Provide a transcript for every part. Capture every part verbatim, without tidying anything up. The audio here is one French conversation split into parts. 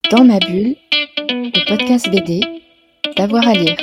Dans ma bulle, le podcast B D, d'avoir à lire.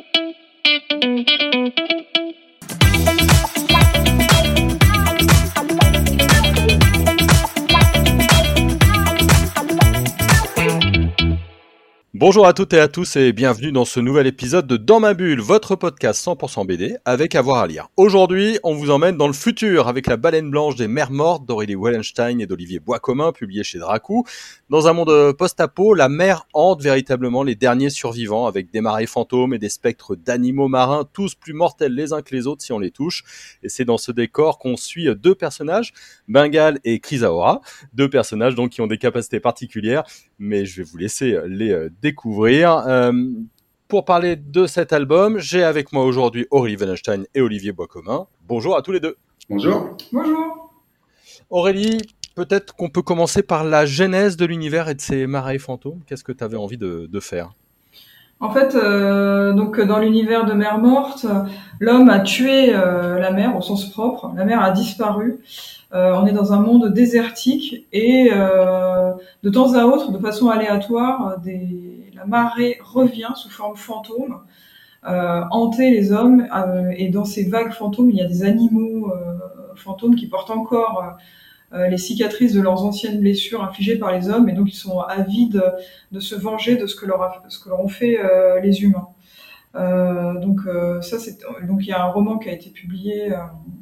Bonjour à toutes et à tous et bienvenue dans ce nouvel épisode de Dans ma bulle, votre podcast cent pour cent B D avec avoir à lire. Aujourd'hui, on vous emmène dans le futur avec La baleine blanche des mers mortes d'Aurélie Wellenstein et d'Olivier Boiscommun, publié chez Dracou. Dans un monde post-apo, la mer hante véritablement les derniers survivants avec des marées fantômes et des spectres d'animaux marins, tous plus mortels les uns que les autres si on les touche. Et c'est dans ce décor qu'on suit deux personnages, Bengal et Chrysaora, deux personnages donc qui ont des capacités particulières, mais je vais vous laisser les découvrir. Euh, pour parler de cet album, j'ai avec moi aujourd'hui Aurélie Wellenstein et Olivier Boiscommun. Bonjour à tous les deux. Bonjour. Bonjour. Aurélie, peut-être qu'on peut commencer par la genèse de l'univers et de ces marées fantômes. Qu'est-ce que tu avais envie de, de faire ? En fait, euh, donc dans l'univers de Mer Morte, l'homme a tué euh, la mer au sens propre. La mer a disparu. Euh, on est dans un monde désertique et euh, de temps à autre, de façon aléatoire, des... la marée revient sous forme fantôme, euh, hanter les hommes. Euh, et dans ces vagues fantômes, il y a des animaux euh, fantômes qui portent encore euh, Euh, les cicatrices de leurs anciennes blessures infligées par les hommes, et donc ils sont avides de se venger de ce que leur, a, ce que leur ont fait euh, les humains. Euh, donc euh, ça, c'est donc il y a un roman qui a été publié euh,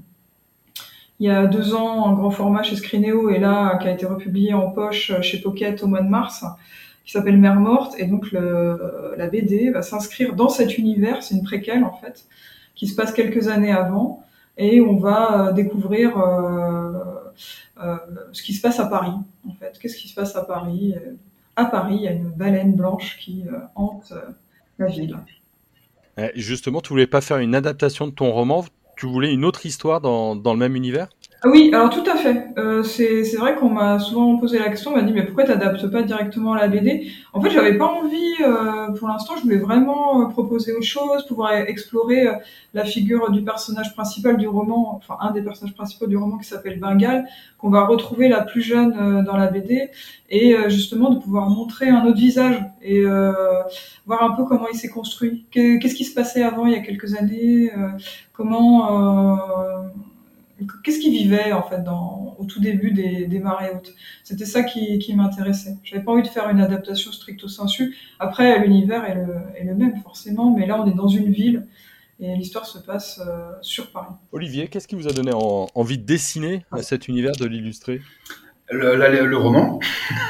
il y a deux ans en grand format chez Scrinéo, et là qui a été republié en poche chez Pocket au mois de mars, qui s'appelle Mer Morte, et donc le, la B D va s'inscrire dans cet univers. C'est une préquelle en fait, qui se passe quelques années avant, et on va découvrir euh, Euh, ce qui se passe à Paris, en fait. Qu'est-ce qui se passe à Paris ? euh, À Paris, il y a une baleine blanche qui euh, hante euh, la ville. Eh, justement, tu voulais pas faire une adaptation de ton roman ? Tu voulais une autre histoire dans, dans le même univers ? Ah oui, alors tout à fait. Euh, c'est, c'est vrai qu'on m'a souvent posé la question, on m'a dit mais pourquoi t'adaptes pas directement la B D ? En fait, j'avais pas envie, euh, pour l'instant, je voulais vraiment euh, proposer autre chose, pouvoir explorer euh, la figure du personnage principal du roman, enfin un des personnages principaux du roman qui s'appelle Bengal, qu'on va retrouver la plus jeune euh, dans la B D, et euh, justement de pouvoir montrer un autre visage et euh, voir un peu comment il s'est construit, qu'est-ce qui se passait avant il y a quelques années, euh, comment... Euh, Qu'est-ce qu'ils vivaient en fait dans, au tout début des, des marées hautes ? C'était ça qui, qui m'intéressait. J'avais pas envie de faire une adaptation stricto sensu. Après, l'univers est le, est le même forcément, mais là on est dans une ville et l'histoire se passe euh, sur Paris. Olivier, qu'est-ce qui vous a donné en, envie de dessiner cet univers, de l'illustrer ? Le, le, le roman.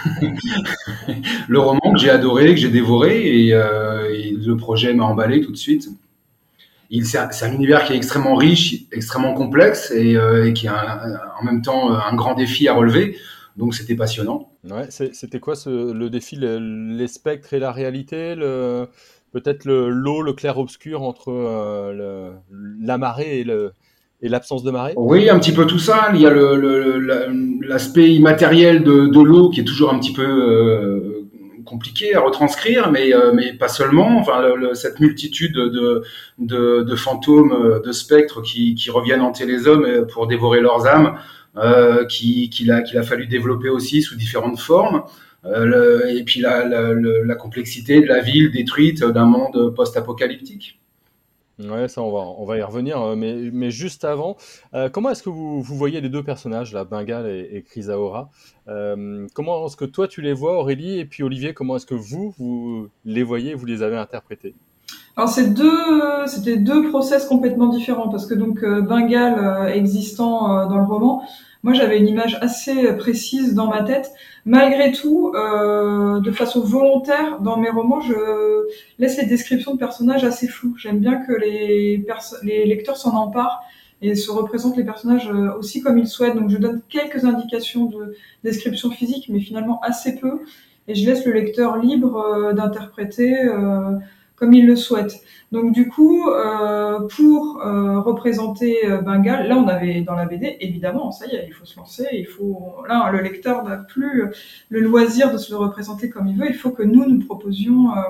Le roman que j'ai adoré, que j'ai dévoré, et, euh, et le projet m'a emballé tout de suite. Il, c'est, un, c'est un univers qui est extrêmement riche, extrêmement complexe, et, euh, et qui a un, un, en même temps un grand défi à relever. Donc c'était passionnant. Ouais, c'est, c'était quoi ce, le défi, le, les spectres et la réalité, le, peut-être le, l'eau, le clair-obscur entre euh, le, la marée et, le, et l'absence de marée ? Oui, un petit peu tout ça. Il y a le, le, la, l'aspect immatériel de, de l'eau qui est toujours un petit peu euh, compliqué à retranscrire, mais, euh, mais pas seulement. Enfin, le, le, cette multitude de, de, de fantômes, de spectres qui, qui reviennent hanter les hommes pour dévorer leurs âmes, euh, qui, qu'il a, qu'il a fallu développer aussi sous différentes formes. Euh, le, et puis la, la, la complexité de la ville détruite d'un monde post-apocalyptique. Ouais, ça on va, on va y revenir, mais, mais juste avant, euh, comment est-ce que vous, vous voyez les deux personnages, là, Bengal et, et Chrysaora ? euh, Comment est-ce que toi tu les vois, Aurélie, et puis Olivier, comment est-ce que vous, vous les voyez, vous les avez interprétés ? Alors c'est deux, c'était deux process complètement différents, parce que donc euh, Bengal euh, existant euh, dans le roman, moi j'avais une image assez précise dans ma tête. Malgré tout, euh, de façon volontaire, dans mes romans, je laisse les descriptions de personnages assez floues. J'aime bien que les, perso- les lecteurs s'en emparent et se représentent les personnages aussi comme ils souhaitent. Donc je donne quelques indications de description physique, mais finalement assez peu, et je laisse le lecteur libre euh, d'interpréter euh, comme il le souhaite. Donc du coup, euh, pour euh, représenter euh, Bengal, là on avait dans la B D, évidemment, ça y est, il faut se lancer, il faut, là le lecteur n'a plus le loisir de se le représenter comme il veut, il faut que nous nous proposions euh,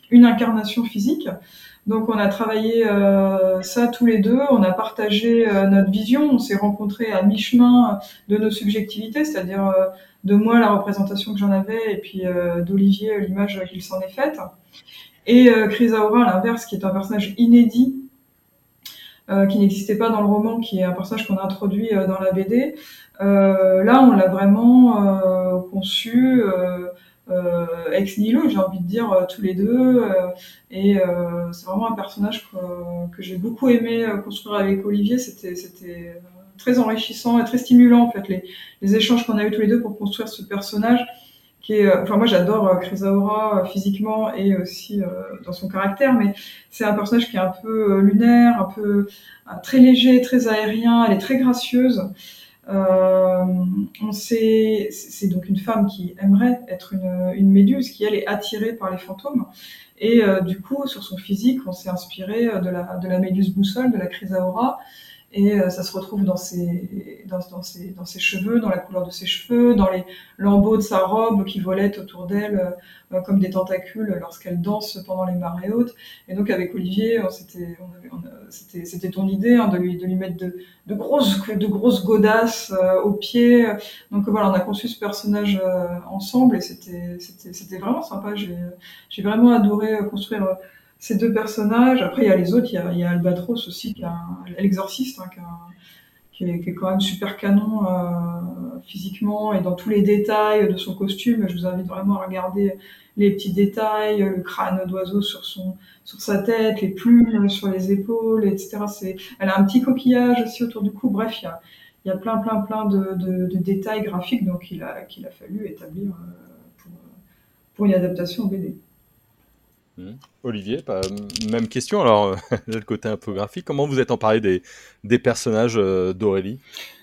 une incarnation physique. Donc on a travaillé euh, ça tous les deux, on a partagé euh, notre vision, on s'est rencontrés à mi-chemin de nos subjectivités, c'est-à-dire euh, de moi la représentation que j'en avais et puis euh, d'Olivier l'image qu'il s'en est faite. Et euh, Chrysaora, à l'inverse, qui est un personnage inédit, euh, qui n'existait pas dans le roman, qui est un personnage qu'on a introduit euh, dans la B D. Euh, là, on l'a vraiment euh, conçu euh, euh, ex nihilo, j'ai envie de dire, euh, tous les deux. Euh, et euh, c'est vraiment un personnage que, que j'ai beaucoup aimé euh, construire avec Olivier. C'était, c'était très enrichissant et très stimulant, en fait, les, les échanges qu'on a eu tous les deux pour construire ce personnage. Qui est, enfin moi j'adore euh, Chrysaora euh, physiquement et aussi euh, dans son caractère, mais c'est un personnage qui est un peu euh, lunaire, un peu euh, très léger, très aérien. Elle est très gracieuse. Euh, on sait, c'est donc une femme qui aimerait être une, une méduse, qui elle est attirée par les fantômes. Et euh, du coup, sur son physique, on s'est inspiré de la, de la méduse boussole, de la Chrysaora. Et euh, ça se retrouve dans ses, dans, dans, ses, dans ses cheveux, dans la couleur de ses cheveux, dans les lambeaux de sa robe qui volaient autour d'elle euh, comme des tentacules lorsqu'elle danse pendant les marées hautes. Et donc avec Olivier, on c'était, on avait, on a, c'était, c'était ton idée hein, de, lui, de lui mettre de, de, grosses, de grosses godasses euh, aux pieds. Donc voilà, on a conçu ce personnage euh, ensemble et c'était, c'était, c'était vraiment sympa. J'ai, j'ai vraiment adoré construire... Euh, ces deux personnages. Après, il y a les autres, il y a, il y a Albatros aussi, qui a un, l'exorciste, hein, qui, a un, qui, est, qui est quand même super canon euh, physiquement et dans tous les détails de son costume. Je vous invite vraiment à regarder les petits détails, le crâne d'oiseau sur son, sur sa tête, les plumes sur les épaules, et cetera. C'est, elle a un petit coquillage aussi autour du cou. Bref, il y a, il y a plein, plein, plein de, de, de détails graphiques donc qu'il a, qu'il a fallu établir euh, pour, pour une adaptation en B D. Mmh. Olivier, pas, même question. Alors, le côté un peu graphique, comment vous êtes emparé des, des personnages euh, d'Aurélie ?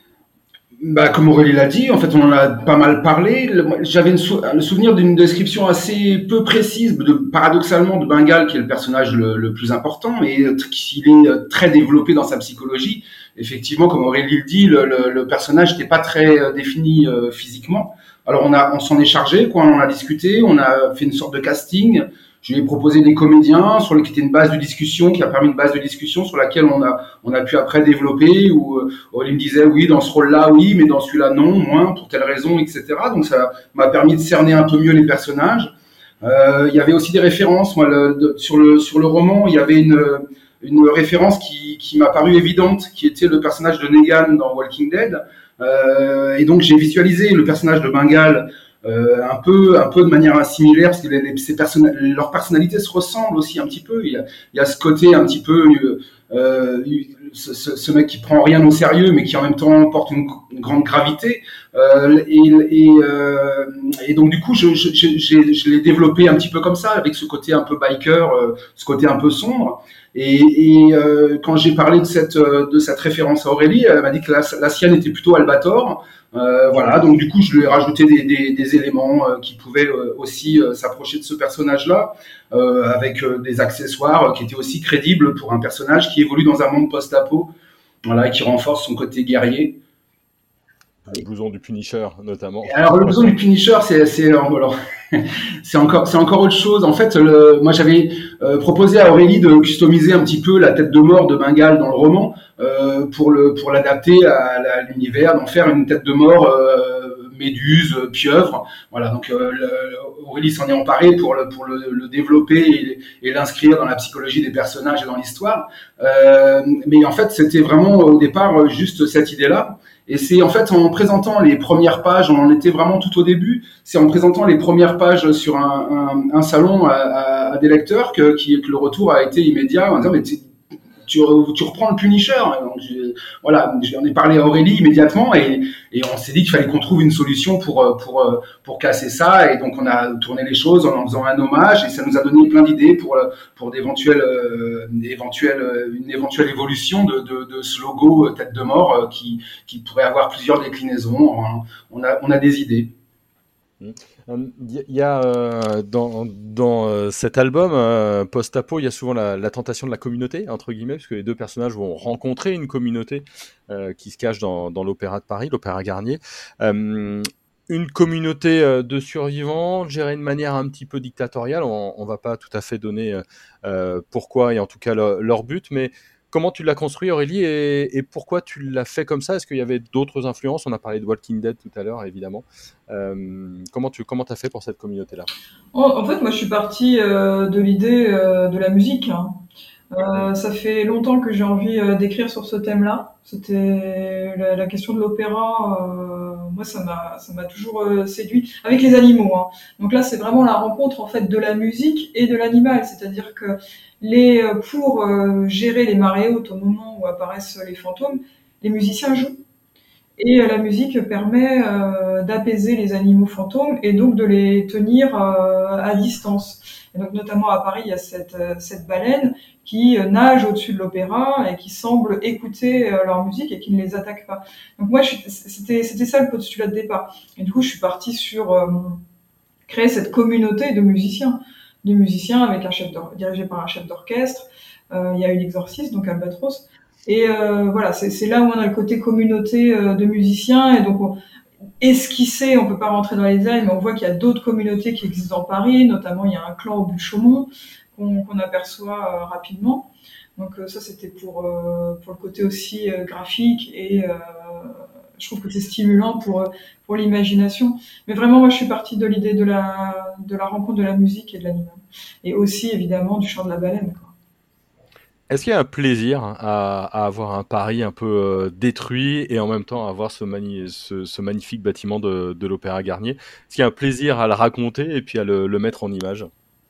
Bah, comme Aurélie l'a dit, en fait, on en a pas mal parlé. J'avais une sou- le souvenir d'une description assez peu précise, de, paradoxalement, de Bengal, qui est le personnage le, le plus important, et qu'il est très développé dans sa psychologie. Effectivement, comme Aurélie le dit, le, le, le personnage n'était pas très défini euh, physiquement. Alors, on a, on s'en est chargé, quoi. On en a discuté, on a fait une sorte de casting. Je lui ai proposé des comédiens sur le qui était une base de discussion, qui a permis une base de discussion sur laquelle on a on a pu après développer. Où euh, il me disait oui dans ce rôle-là oui, mais dans celui-là non, moins pour telle raison, et cetera. Donc ça m'a permis de cerner un peu mieux les personnages. Euh, il y avait aussi des références. Moi, le, de, sur le sur le roman, il y avait une une référence qui qui m'a paru évidente, qui était le personnage de Negan dans Walking Dead. Euh, et donc j'ai visualisé le personnage de Bengal. Euh, un peu, un peu de manière similaire parce que les, les, ces person- leurs personnalités se ressemblent aussi un petit peu. Il y a, il y a ce côté un petit peu, euh, ce, ce, ce mec qui prend rien au sérieux, mais qui en même temps porte une, une grande gravité. Euh, et, et, euh, et donc du coup, je, je, je, je, je l'ai développé un petit peu comme ça, avec ce côté un peu biker, euh, ce côté un peu sombre. Et, et euh, quand j'ai parlé de cette, de cette référence à Aurélie, elle m'a dit que la, la sienne était plutôt Albator. Euh, voilà, donc du coup, je lui ai rajouté des, des, des éléments euh, qui pouvaient euh, aussi euh, s'approcher de ce personnage-là, euh, avec euh, des accessoires euh, qui étaient aussi crédibles pour un personnage qui évolue dans un monde post-apo, voilà, et qui renforce son côté guerrier. Le blouson du Punisher, notamment. Et alors, le blouson du Punisher, c'est, c'est, alors, c'est encore, c'est encore autre chose. En fait, le, moi, j'avais euh, proposé à Aurélie de customiser un petit peu la tête de mort de Bengal dans le roman euh, pour le, pour l'adapter à, à l'univers, d'en faire une tête de mort euh, méduse, pieuvre. Voilà. Donc, euh, le, Aurélie s'en est emparée pour le, pour le, le développer et, et l'inscrire dans la psychologie des personnages et dans l'histoire. Euh, mais en fait, c'était vraiment au départ juste cette idée-là. Et c'est en fait en présentant les premières pages, on en était vraiment tout au début, c'est en présentant les premières pages sur un, un, un salon à, à, à des lecteurs que, qui, que le retour a été immédiat en disant mais tu, tu reprends le Punisher. Donc, je, voilà, j'en ai parlé à Aurélie immédiatement et, et on s'est dit qu'il fallait qu'on trouve une solution pour, pour, pour casser ça. Et donc on a tourné les choses en en faisant un hommage et ça nous a donné plein d'idées pour, pour d'éventuelles, euh, éventuelles, une éventuelle évolution de, de, de ce logo tête de mort qui, qui pourrait avoir plusieurs déclinaisons. On a, on a des idées. Il y a euh, dans, dans euh, cet album euh, post-apo, il y a souvent la, la tentation de la communauté, entre guillemets, parce que les deux personnages vont rencontrer une communauté euh, qui se cache dans, dans l'Opéra de Paris, l'Opéra Garnier. Euh, une communauté euh, de survivants gérée de manière un petit peu dictatoriale. On, on va pas tout à fait donner euh, pourquoi et en tout cas le, leur but, mais comment tu l'as construit, Aurélie, et, et pourquoi tu l'as fait comme ça? Est-ce qu'il y avait d'autres influences? On a parlé de Walking Dead tout à l'heure, évidemment. Euh, comment tu comment t'as fait pour cette communauté-là? En, en fait, moi, je suis partie euh, de l'idée euh, de la musique. Hein. Euh, ça fait longtemps que j'ai envie euh, d'écrire sur ce thème-là. C'était la, la question de l'opéra. Euh, moi, ça m'a, ça m'a toujours euh, séduit avec les animaux. Hein. Donc là, c'est vraiment la rencontre en fait de la musique et de l'animal. C'est-à-dire que les, pour euh, gérer les marées hautes au moment où apparaissent les fantômes, les musiciens jouent. Et euh, la musique permet euh, d'apaiser les animaux fantômes et donc de les tenir euh, à distance. Et donc notamment à Paris, il y a cette, euh, cette baleine qui euh, nage au-dessus de l'opéra et qui semble écouter euh, leur musique et qui ne les attaque pas. Donc moi, je, c'était, c'était ça le postulat de départ. Et du coup, je suis partie sur euh, créer cette communauté de musiciens, de musiciens avec un chef dirigé par un chef d'orchestre. Euh, il y a eu l'exorciste, donc Albatros. Et euh, voilà, c'est, c'est là où on a le côté communauté euh, de musiciens. Et donc, on, esquissé, on peut pas rentrer dans les détails, mais on voit qu'il y a d'autres communautés qui existent dans Paris. Notamment, il y a un clan au but de Chaumont qu'on, qu'on aperçoit euh, rapidement. Donc euh, ça, c'était pour euh, pour le côté aussi euh, graphique. Et euh, je trouve que c'est stimulant pour pour l'imagination. Mais vraiment, moi, je suis partie de l'idée de la de la rencontre de la musique et de l'animal. Et aussi, évidemment, du chant de la baleine, quoi. Est-ce qu'il y a un plaisir à, à avoir un Paris un peu euh, détruit et en même temps à avoir ce, mani- ce, ce magnifique bâtiment de, de l'Opéra Garnier? Est-ce qu'il y a un plaisir à le raconter et puis à le, le mettre en image?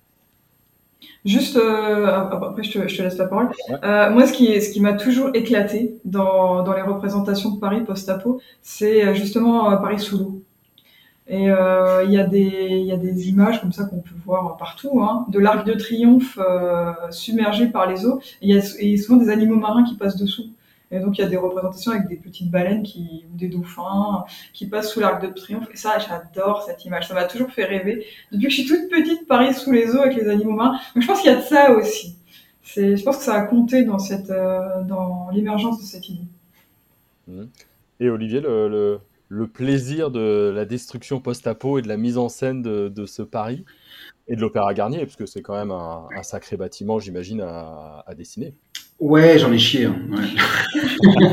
Juste, euh, après je te, je te laisse la parole. Ouais. Euh, moi, ce qui, ce qui m'a toujours éclaté dans, dans les représentations de Paris post-apo, c'est justement euh, Paris sous l'eau. Et euh, il y a des il y a des images comme ça qu'on peut voir partout, hein, de l'Arc de Triomphe euh, submergé par les eaux. Et il y a et souvent des animaux marins qui passent dessous. Et donc il y a des représentations avec des petites baleines qui ou des dauphins qui passent sous l'Arc de Triomphe. Et ça, j'adore cette image. Ça m'a toujours fait rêver. Depuis que je suis toute petite, Paris sous les eaux avec les animaux marins. Donc je pense qu'il y a de ça aussi. C'est, je pense que ça a compté dans cette euh, dans l'émergence de cette idée. Mmh. Et Olivier, le, le, le plaisir de la destruction post-apo et de la mise en scène de, de ce Paris et de l'Opéra Garnier, parce que c'est quand même un, un sacré bâtiment, j'imagine, à, à dessiner. Ouais, j'en ai chié. Hein. Ouais.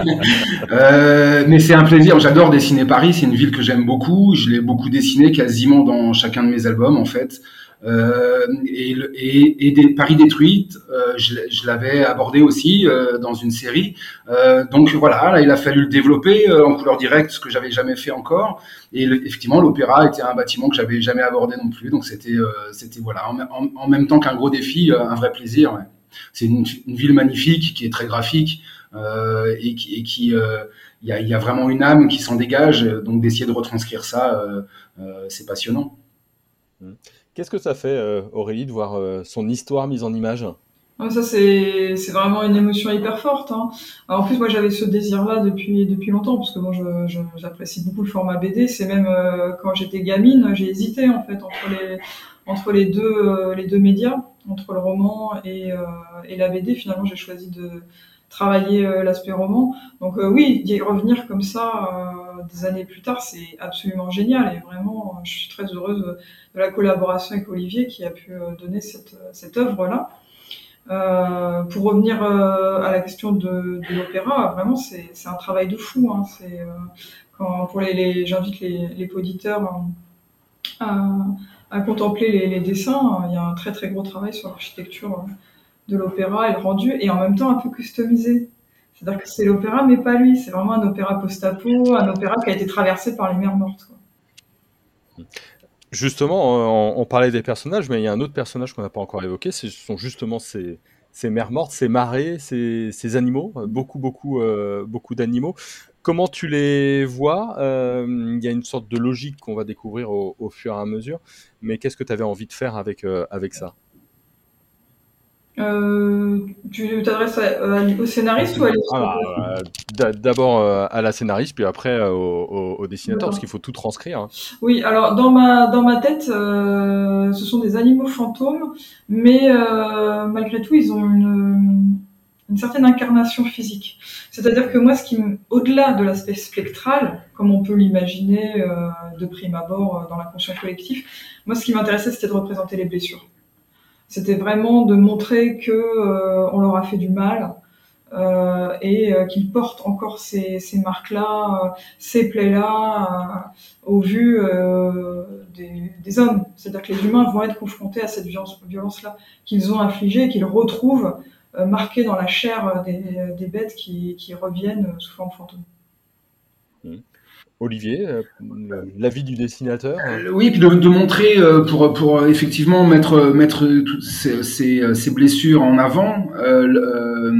euh, mais c'est un plaisir. J'adore dessiner Paris. C'est une ville que j'aime beaucoup. Je l'ai beaucoup dessiné quasiment dans chacun de mes albums, en fait. Euh, et, et, et des Paris détruite, euh, je, je l'avais abordé aussi euh, dans une série. Euh, donc voilà, là, il a fallu le développer euh, en couleur directe, ce que j'avais jamais fait encore. Et le, effectivement, l'opéra était un bâtiment que j'avais jamais abordé non plus. Donc c'était, euh, c'était voilà, en, en, en même temps qu'un gros défi, euh, un vrai plaisir. Ouais. C'est une, une ville magnifique qui est très graphique euh, et qui, et qui euh, y a, y a vraiment une âme qui s'en dégage. Donc d'essayer de retranscrire ça, euh, euh, c'est passionnant. Qu'est-ce que ça fait, euh, Aurélie, de voir euh, son histoire mise en image? Ça, c'est, c'est vraiment une émotion hyper forte. Hein. Alors, en plus, moi, j'avais ce désir-là depuis, depuis longtemps, parce que bon, je, je, j'apprécie beaucoup le format B D. C'est même euh, quand j'étais gamine, j'ai hésité en fait entre les, entre les deux, euh, les deux médias, entre le roman et, euh, et la B D. Finalement, j'ai choisi de travailler euh, l'aspect roman. Donc euh, oui, y revenir comme ça euh, des années plus tard, c'est absolument génial. Et vraiment, je suis très heureuse de la collaboration avec Olivier qui a pu donner cette, cette œuvre-là. Euh, pour revenir euh, à la question de, de l'opéra, vraiment c'est, c'est un travail de fou. Hein. C'est, euh, quand, pour les, les, j'invite les, les auditeurs euh, à, à contempler les, les dessins. Il y a un très très gros travail sur l'architecture de l'opéra et le rendu, et en même temps un peu customisé. C'est-à-dire que c'est l'opéra, mais pas lui. C'est vraiment un opéra post-apo, un opéra qui a été traversé par les mers mortes, quoi. Justement, on, on parlait des personnages, mais il y a un autre personnage qu'on n'a pas encore évoqué, ce sont justement ces, ces mers mortes, ces marées, ces, ces animaux, beaucoup, beaucoup, euh, beaucoup d'animaux. Comment tu les vois? euh, Il y a une sorte de logique qu'on va découvrir au, au fur et à mesure, mais qu'est-ce que tu avais envie de faire avec, euh, avec ça? Euh, tu t'adresses à, à, au scénariste ou à ah, euh, D'abord euh, à la scénariste, puis après euh, au, au, au dessinateur, D'accord. Parce qu'il faut tout transcrire. Hein. Oui, alors dans ma dans ma tête, euh, ce sont des animaux fantômes, mais euh, malgré tout, ils ont une une certaine incarnation physique. C'est-à-dire que moi, ce qui, au-delà de l'aspect spectral, comme on peut l'imaginer euh, de prime abord euh, dans l'inconscient collectif, moi, ce qui m'intéressait, c'était de représenter les blessures. C'était vraiment de montrer que euh, on leur a fait du mal euh, et euh, qu'ils portent encore ces, ces marques-là, euh, ces plaies-là, euh, au vu euh, des, des hommes. C'est-à-dire que les humains vont être confrontés à cette violence, violence-là qu'ils ont infligée et qu'ils retrouvent euh, marquée dans la chair des, des bêtes qui, qui reviennent sous forme fantôme. Mmh. Olivier, euh, l'avis du dessinateur euh, Oui, puis de, de montrer euh, pour pour euh, effectivement mettre mettre toutes ces, ces, ces blessures en avant. Euh, euh,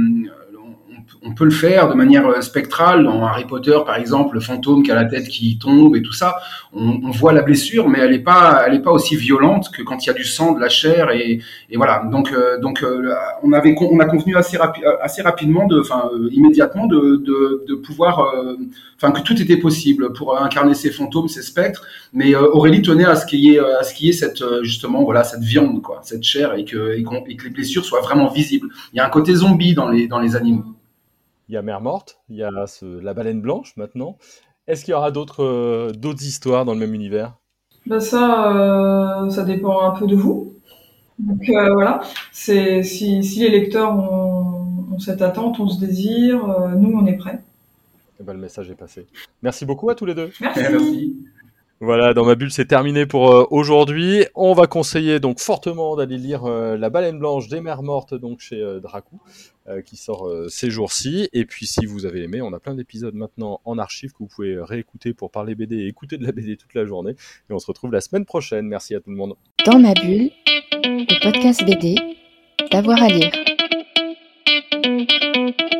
on peut le faire de manière spectrale. Dans Harry Potter, par exemple, le fantôme qui a la tête qui tombe et tout ça, on, on voit la blessure, mais elle est pas, elle est pas aussi violente que quand il y a du sang, de la chair et, et voilà. Donc, euh, donc, euh, on avait, on a convenu assez, rapi- assez rapidement, de, enfin, euh, immédiatement, de, de, de pouvoir, enfin, euh, que tout était possible pour incarner ces fantômes, ces spectres. Mais euh, Aurélie tenait à ce qu'il y ait, à ce qu'il y ait cette, justement, voilà, cette viande, quoi, cette chair, et que, et, et que les blessures soient vraiment visibles. Il y a un côté zombie dans les, dans les animaux. Il y a Mère Morte, il y a ce, la Baleine Blanche maintenant. Est-ce qu'il y aura d'autres, euh, d'autres histoires dans le même univers ? Ben ça, euh, ça dépend un peu de vous. Donc euh, voilà, c'est, si, si les lecteurs ont, ont cette attente, ont ce désir, euh, nous on est prêts. Eh ben, le message est passé. Merci beaucoup à tous les deux. Merci. Merci. Voilà, dans ma bulle, c'est terminé pour euh, aujourd'hui. On va conseiller donc fortement d'aller lire euh, La Baleine Blanche des Mers Mortes, donc chez euh, Dracou, euh, qui sort euh, ces jours-ci. Et puis, si vous avez aimé, on a plein d'épisodes maintenant en archive que vous pouvez réécouter pour parler B D et écouter de la B D toute la journée. Et on se retrouve la semaine prochaine. Merci à tout le monde. Dans ma bulle, le podcast B D, d'avoir à lire.